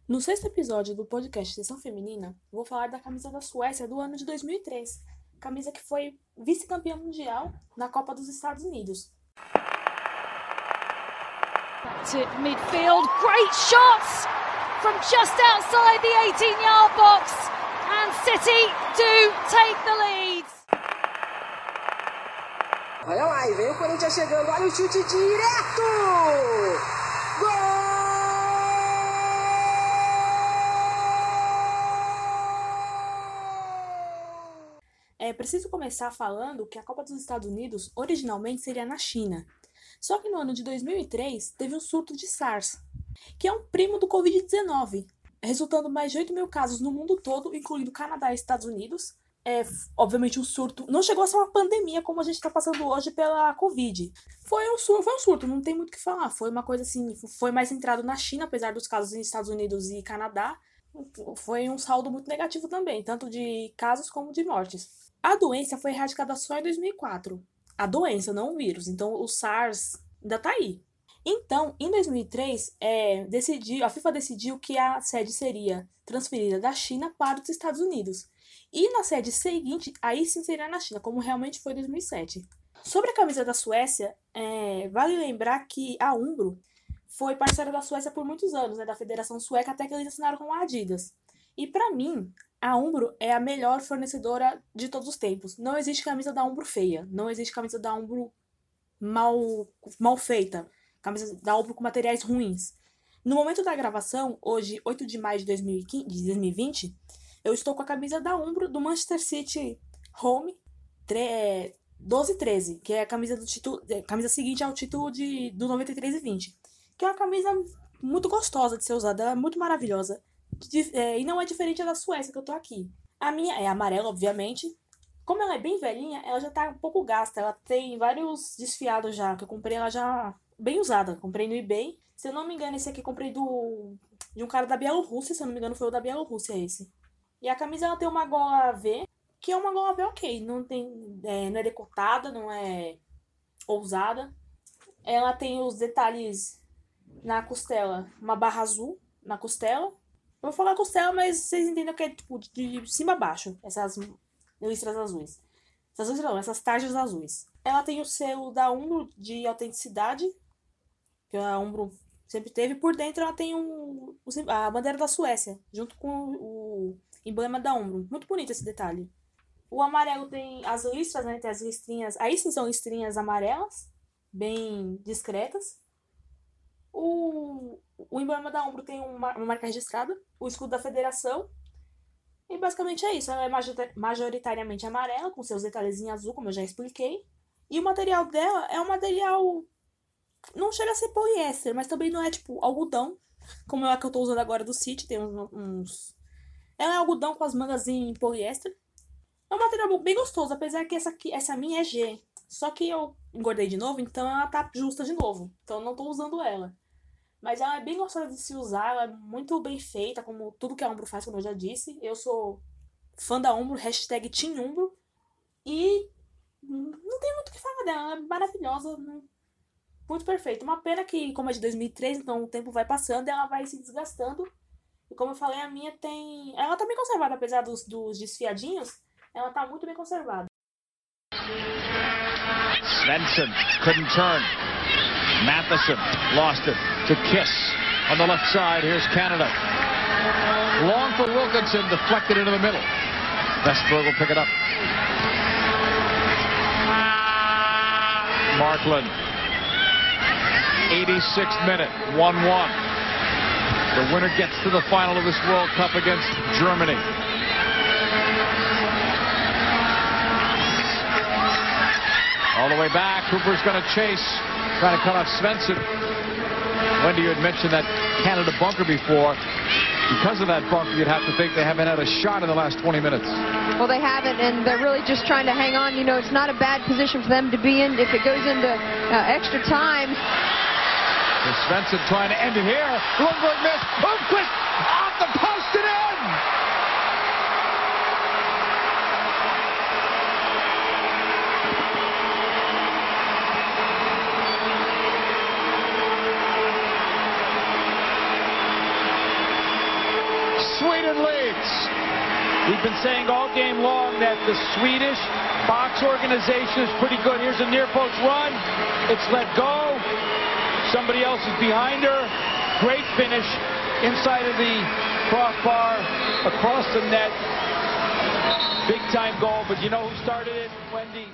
No sexto episódio do podcast Sessão Feminina, vou falar da camisa da Suécia do ano de 2003, camisa que foi vice-campeã mundial na Copa dos Estados Unidos. To midfield, great shots from just outside the 18-yard box, and City do take the lead. Olha lá, e vem o Corinthians chegando, olha o chute direto! Gol! É preciso começar falando que a Copa dos Estados Unidos originalmente seria na China. Só que no ano de 2003 teve um surto de SARS, que é um primo do Covid-19, resultando em mais de 8 mil casos no mundo todo, incluindo Canadá e Estados Unidos. Obviamente um surto, não chegou a ser uma pandemia como a gente está passando hoje pela Covid. Foi um surto, não tem muito o que falar. Foi uma coisa assim, foi mais centrado na China, apesar dos casos nos Estados Unidos e Canadá. Foi um saldo muito negativo também, tanto de casos como de mortes. A doença foi erradicada só em 2004. A doença, não o vírus. Então, o SARS ainda tá aí. Então, em 2003, a FIFA decidiu que a sede seria transferida da China para os Estados Unidos. E na sede seguinte, aí sim seria na China, como realmente foi em 2007. Sobre a camisa da Suécia, vale lembrar que a Umbro foi parceira da Suécia por muitos anos, da Federação Sueca, até que eles assinaram com a Adidas. E para mim, a Umbro é a melhor fornecedora de todos os tempos. Não existe camisa da Umbro feia. Não existe camisa da Umbro mal feita. Camisa da Umbro com materiais ruins. No momento da gravação, hoje, 8 de maio de 2020, eu estou com a camisa da Umbro do Manchester City Home 12-13, que é a camisa do título, camisa seguinte ao título do 93 e 20. Que é uma camisa muito gostosa de ser usada. Ela é muito maravilhosa. E não é diferente da Suécia, que eu tô aqui. A minha é amarela, obviamente. Como ela é bem velhinha, ela já tá um pouco gasta. Ela tem vários desfiados já, que eu comprei ela já bem usada. Comprei no eBay. Se eu não me engano, esse aqui eu comprei de um cara da Bielorrússia. Se eu não me engano, foi o da Bielorrússia esse. E a camisa, ela tem uma gola V, que é uma gola V ok. Não é decotada, não é ousada. Ela tem os detalhes na costela, uma barra azul na costela. Eu vou falar costela, mas vocês entendem que é tipo de cima a baixo, essas listras azuis. Essas tarjas azuis. Ela tem o selo da Umbro de autenticidade, que a Umbro sempre teve. Por dentro ela tem a bandeira da Suécia, junto com o emblema da Umbro. Muito bonito esse detalhe. O amarelo tem as listras, tem as listrinhas. Aí sim são listrinhas amarelas, bem discretas. O emblema da Umbro tem uma marca registrada, o escudo da federação, e basicamente é isso. Ela é majoritariamente amarela, com seus detalhezinhos azul, como eu já expliquei, e o material dela é um material, não chega a ser poliéster, mas também não é tipo algodão, como é a que eu tô usando agora do City, tem ela é algodão com as mangas em poliéster. É um material bem gostoso, apesar que essa minha é G, só que eu engordei de novo, então ela tá justa de novo, então eu não tô usando ela. Mas ela é bem gostosa de se usar, ela é muito bem feita, como tudo que a Umbro faz, como eu já disse. Eu sou fã da Umbro, hashtag Team Umbro. E não tem muito o que falar dela, ela é maravilhosa, muito perfeita. Uma pena que, como é de 2003, então o tempo vai passando e ela vai se desgastando. E como eu falei, a minha tem... Ela tá bem conservada, apesar dos desfiadinhos, ela tá muito bem conservada. Svensson couldn't turn. Matheson lost it to Kiss on the left side. Here's Canada. Long for Wilkinson, deflected into the middle. Vestberg will pick it up. Markland. 86th minute, 1-1. The winner gets to the final of this World Cup against Germany. All the way back, Cooper's going to chase. Trying to cut off Svensson. Wendy, you had mentioned that Canada bunker before. Because of that bunker, you'd have to think they haven't had a shot in the last 20 minutes. Well, they haven't, and they're really just trying to hang on. You know, it's not a bad position for them to be in if it goes into extra time. So Svensson trying to end it here. Lundberg missed. Lundqvist off the post and in! Sweden leads. We've been saying all game long that the Swedish box organization is pretty good. Here's a near post run. It's let go. Somebody else is behind her. Great finish inside of the crossbar, across the net. Big time goal, but you know who started it, Wendy?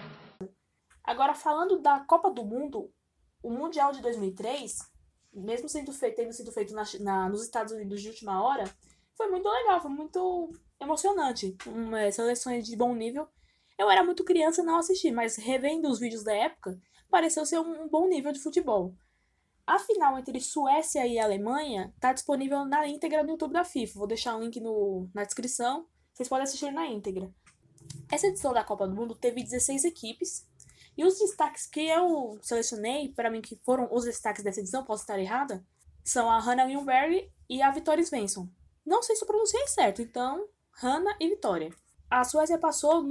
Agora, falando da Copa do Mundo, o Mundial de 2003, mesmo tendo sido feito nos Estados Unidos de última hora, foi muito legal, foi muito emocionante. Seleções de bom nível. Eu era muito criança e não assisti, mas revendo os vídeos da época, pareceu ser um bom nível de futebol. A final entre Suécia e Alemanha está disponível na íntegra no YouTube da FIFA. Vou deixar um link na descrição, vocês podem assistir na íntegra. Essa edição da Copa do Mundo teve 16 equipes, e os destaques que eu selecionei, para mim que foram os destaques dessa edição, posso estar errada, são a Hannah Ljungberg e a Vitória Svensson. Não sei se eu pronunciei certo, então, Hannah e Vitória. A Suécia passou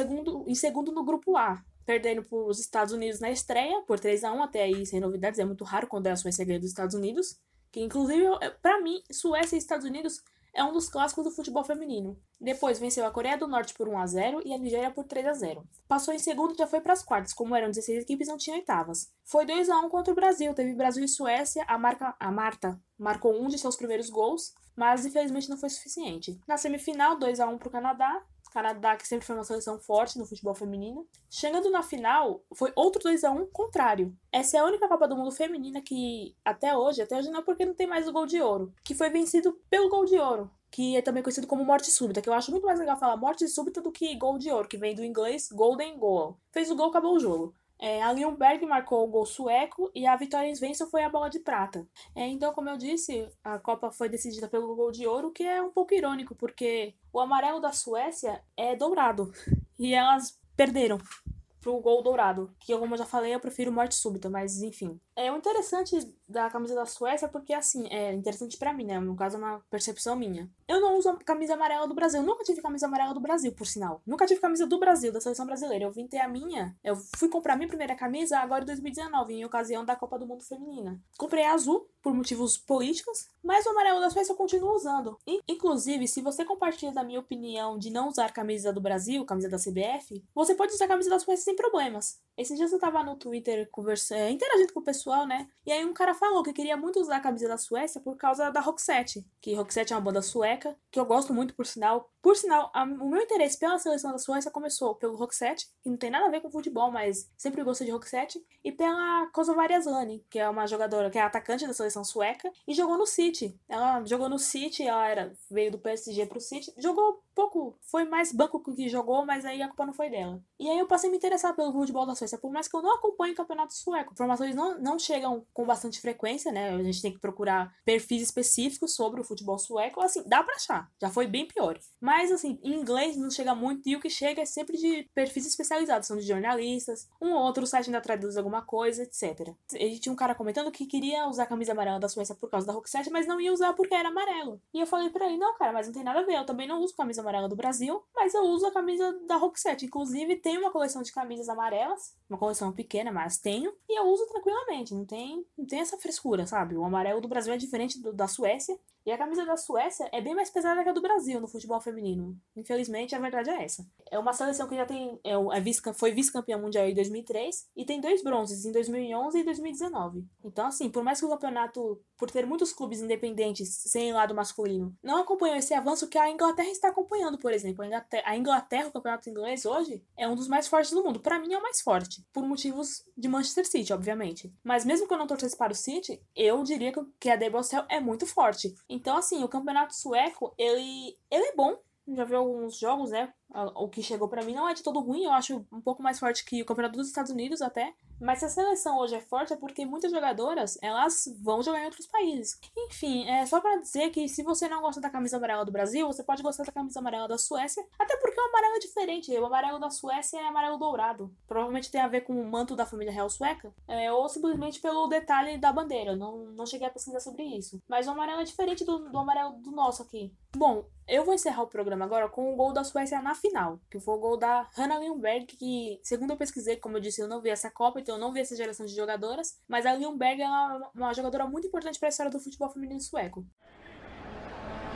em segundo no grupo A, perdendo para os Estados Unidos na estreia, por 3-1, até aí sem novidades. É muito raro quando a Suécia ganha dos Estados Unidos, que inclusive, para mim, Suécia e Estados Unidos é um dos clássicos do futebol feminino. Depois venceu a Coreia do Norte por 1-0 e a Nigéria por 3-0. Passou em segundo e já foi para as quartas. Como eram 16 equipes, não tinha oitavas. Foi 2-1 contra o Brasil. Teve Brasil e Suécia. A Marta marcou um de seus primeiros gols, mas infelizmente não foi suficiente. Na semifinal, 2-1 para o Canadá. Canadá, que sempre foi uma seleção forte no futebol feminino. Chegando na final, foi outro 2-1 contrário. Essa é a única Copa do Mundo feminina que, até hoje não, porque não tem mais o gol de ouro, que foi vencido pelo gol de ouro, que é também conhecido como morte súbita, que eu acho muito mais legal falar morte súbita do que gol de ouro, que vem do inglês golden goal. Fez o gol, acabou o jogo. A Ljungberg marcou o gol sueco e a Vitória Svensson foi a bola de prata. Então, como eu disse, a Copa foi decidida pelo gol de ouro, que é um pouco irônico, porque o amarelo da Suécia é dourado e elas perderam pro gol dourado, que como eu já falei, eu prefiro morte súbita, mas enfim. O interessante da camisa da Suécia, porque assim, é interessante pra mim, né? No caso é uma percepção minha. Eu não uso a camisa amarela do Brasil, eu nunca tive camisa amarela do Brasil, por sinal. Nunca tive camisa do Brasil, da seleção brasileira. Eu vim ter a minha, eu fui comprar a minha primeira camisa agora em 2019, em ocasião da Copa do Mundo Feminina. Comprei a azul, por motivos políticos, mas o amarelo da Suécia eu continuo usando. Inclusive, se você compartilha da minha opinião de não usar camisa do Brasil, camisa da CBF, você pode usar a camisa da Suécia sem problemas. Esses dias eu tava no Twitter interagindo com o pessoal, né? E aí um cara falou que queria muito usar a camisa da Suécia por causa da Roxette. Que Roxette é uma banda sueca, que eu gosto muito, por sinal. Por sinal, o meu interesse pela seleção da Suécia começou pelo Roxette, que não tem nada a ver com futebol, mas sempre gostei de Roxette. E pela Kosovar Asllani, que é uma jogadora, que é atacante da seleção sueca, e jogou no City. Ela jogou no City, veio do PSG pro City. Jogou pouco, foi mais banco que jogou, mas aí a culpa não foi dela. E aí eu passei a me interessar pelo futebol da Suécia, por mais que eu não acompanhe o campeonato sueco. Informações não chegam com bastante frequência, né? A gente tem que procurar perfis específicos sobre o futebol sueco. Assim, dá pra achar, já foi bem pior. Mas assim, em inglês não chega muito, e o que chega é sempre de perfis especializados, são de jornalistas, um ou outro site ainda traduz alguma coisa, etc. E tinha um cara comentando que queria usar a camisa amarela da Suécia por causa da Roxette, mas não ia usar porque era amarelo. E eu falei pra ele, não cara, mas não tem nada a ver, eu também não uso camisa amarela do Brasil, mas eu uso a camisa da Roxette. Inclusive, tenho uma coleção de camisas amarelas, uma coleção pequena, mas tenho, e eu uso tranquilamente, não tem essa frescura, sabe? O amarelo do Brasil é diferente da Suécia, e a camisa da Suécia é bem mais pesada que a do Brasil no futebol feminino. Infelizmente, a verdade é essa. É uma seleção que já tem foi vice-campeã mundial em 2003 e tem 2 bronzes em 2011 e 2019. Então, assim, por mais que o campeonato, por ter muitos clubes independentes sem lado masculino, não acompanhou esse avanço que a Inglaterra está acompanhando, por exemplo. A Inglaterra, o campeonato inglês hoje, é um dos mais fortes do mundo. Pra mim é o mais forte, por motivos de Manchester City, obviamente. Mas mesmo que eu não torcesse para o City, eu diria que a Debocel é muito forte. Então, assim, o campeonato sueco, ele é bom. Já vi alguns jogos, né? O que chegou pra mim não é de todo ruim. Eu acho um pouco mais forte que o campeonato dos Estados Unidos até. Mas se a seleção hoje é forte é porque muitas jogadoras, elas vão jogar em outros países. Enfim, é só pra dizer que se você não gosta da camisa amarela do Brasil, você pode gostar da camisa amarela da Suécia. Até porque o amarelo é diferente. O amarelo da Suécia é amarelo dourado. Provavelmente tem a ver com o manto da família real sueca. Ou simplesmente pelo detalhe da bandeira. Não cheguei a pesquisar sobre isso. Mas o amarelo é diferente do amarelo do nosso aqui. Bom, eu vou encerrar o programa agora com o gol da Suécia na final, que foi o gol da Hannah Ljungberg, que, segundo eu pesquisei, como eu disse, eu não vi essa Copa, então eu não vi essa geração de jogadoras, mas a Ljungberg é uma jogadora muito importante para a história do futebol feminino sueco.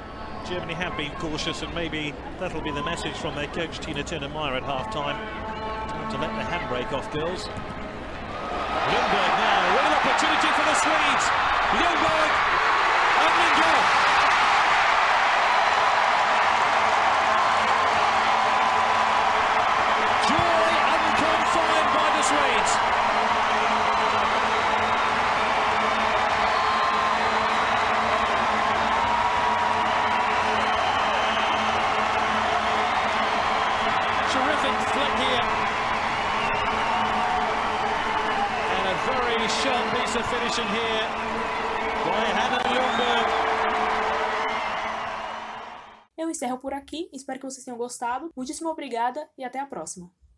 Germany have been cautious, and maybe that'll be the message from their coach Tina Turner-Meyer at half-time. Time to let the handbrake off, girls. Lundberg now, real opportunity for the Swedes. Lundberg and Lindell. Joy unconfined by the Swedes. Terrific flick here. And a very sharp piece of finishing here by Hanna Lundberg. Eu encerro por aqui, espero que vocês tenham gostado. Muitíssimo obrigada e até a próxima.